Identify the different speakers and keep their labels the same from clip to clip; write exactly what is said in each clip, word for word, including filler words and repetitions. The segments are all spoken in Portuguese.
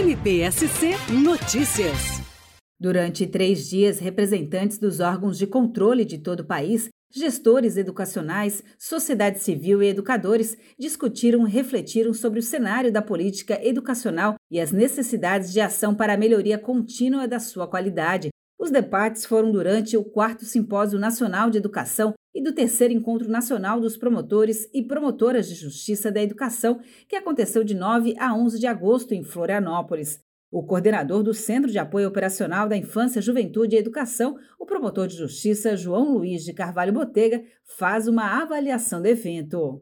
Speaker 1: M P S C Notícias. Durante três dias, representantes dos órgãos de controle de todo o país, gestores educacionais, sociedade civil e educadores discutiram e refletiram sobre o cenário da política educacional e as necessidades de ação para a melhoria contínua da sua qualidade. Os debates foram durante o quarto Simpósio Nacional de Educação e do terceiro Encontro Nacional dos Promotores e Promotoras de Justiça da Educação, que aconteceu de nove a onze de agosto em Florianópolis. O coordenador do Centro de Apoio Operacional da Infância, Juventude e Educação, o promotor de justiça João Luiz de Carvalho Botega, faz uma avaliação do evento.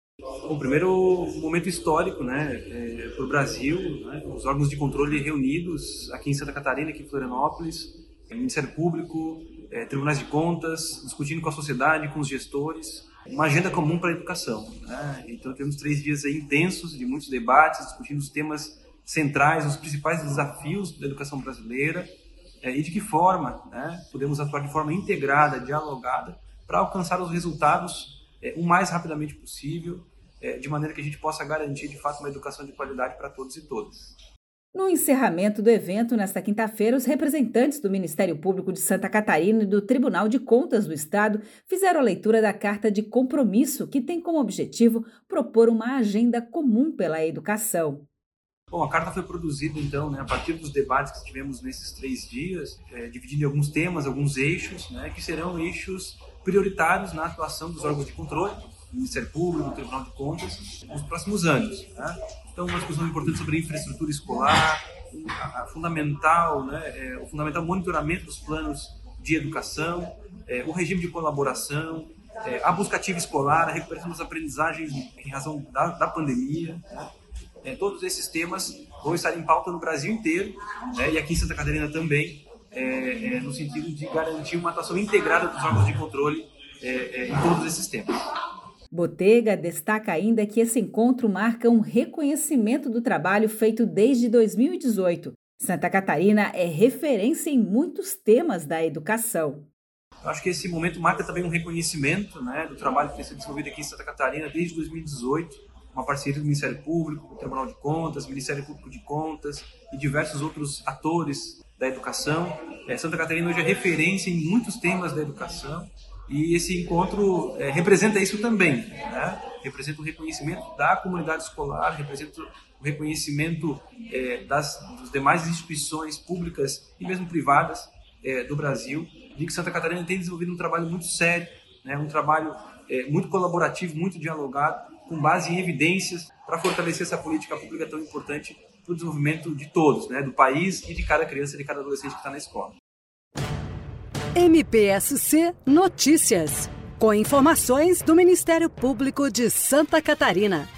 Speaker 2: O primeiro momento histórico, né, é, para o Brasil, né, os órgãos de controle reunidos aqui em Santa Catarina, aqui em Florianópolis, Ministério Público, é, Tribunais de Contas, discutindo com a sociedade, com os gestores, uma agenda comum para a educação. Né? Então, tivemos três dias aí intensos de muitos debates, discutindo os temas centrais, os principais desafios da educação brasileira é, e de que forma, né, podemos atuar de forma integrada, dialogada, para alcançar os resultados é, o mais rapidamente possível, é, de maneira que a gente possa garantir, de fato, uma educação de qualidade para todos e todas.
Speaker 1: No encerramento do evento, nesta quinta-feira, os representantes do Ministério Público de Santa Catarina e do Tribunal de Contas do Estado fizeram a leitura da Carta de Compromisso, que tem como objetivo propor uma agenda comum pela educação.
Speaker 2: Bom, a carta foi produzida, então, né, a partir dos debates que tivemos nesses três dias, é, dividindo em alguns temas, alguns eixos, né, que serão eixos prioritários na atuação dos órgãos de controle, do Ministério Público, do Tribunal de Contas, nos próximos anos. Né? Então, uma discussão importante sobre a infraestrutura escolar, a, a fundamental, né, é, o fundamental monitoramento dos planos de educação, é, o regime de colaboração, é, a busca ativa escolar, a recuperação das aprendizagens em razão da, da pandemia, né? É, todos esses temas vão estar em pauta no Brasil inteiro, né, e aqui em Santa Catarina também, é, é, no sentido de garantir uma atuação integrada dos órgãos de controle é, é, em todos esses temas.
Speaker 1: Botega destaca ainda que esse encontro marca um reconhecimento do trabalho feito desde dois mil e dezoito. Santa Catarina é referência em muitos temas da educação.
Speaker 2: Eu acho que esse momento marca também um reconhecimento, né, do trabalho que tem sido desenvolvido aqui em Santa Catarina desde dois mil e dezoito, uma parceria do Ministério Público, do Tribunal de Contas, Ministério Público de Contas e diversos outros atores da educação. É, Santa Catarina hoje é referência em muitos temas da educação e esse encontro é, representa isso também, né? Representa o reconhecimento da comunidade escolar, representa o reconhecimento é, das, das demais instituições públicas e mesmo privadas é, do Brasil, de que Santa Catarina tem desenvolvido um trabalho muito sério, né? Um trabalho é, muito colaborativo, muito dialogado, com base em evidências para fortalecer essa política pública tão importante para o desenvolvimento de todos, né, do país e de cada criança e de cada adolescente que está na escola.
Speaker 1: M P S C Notícias, com informações do Ministério Público de Santa Catarina.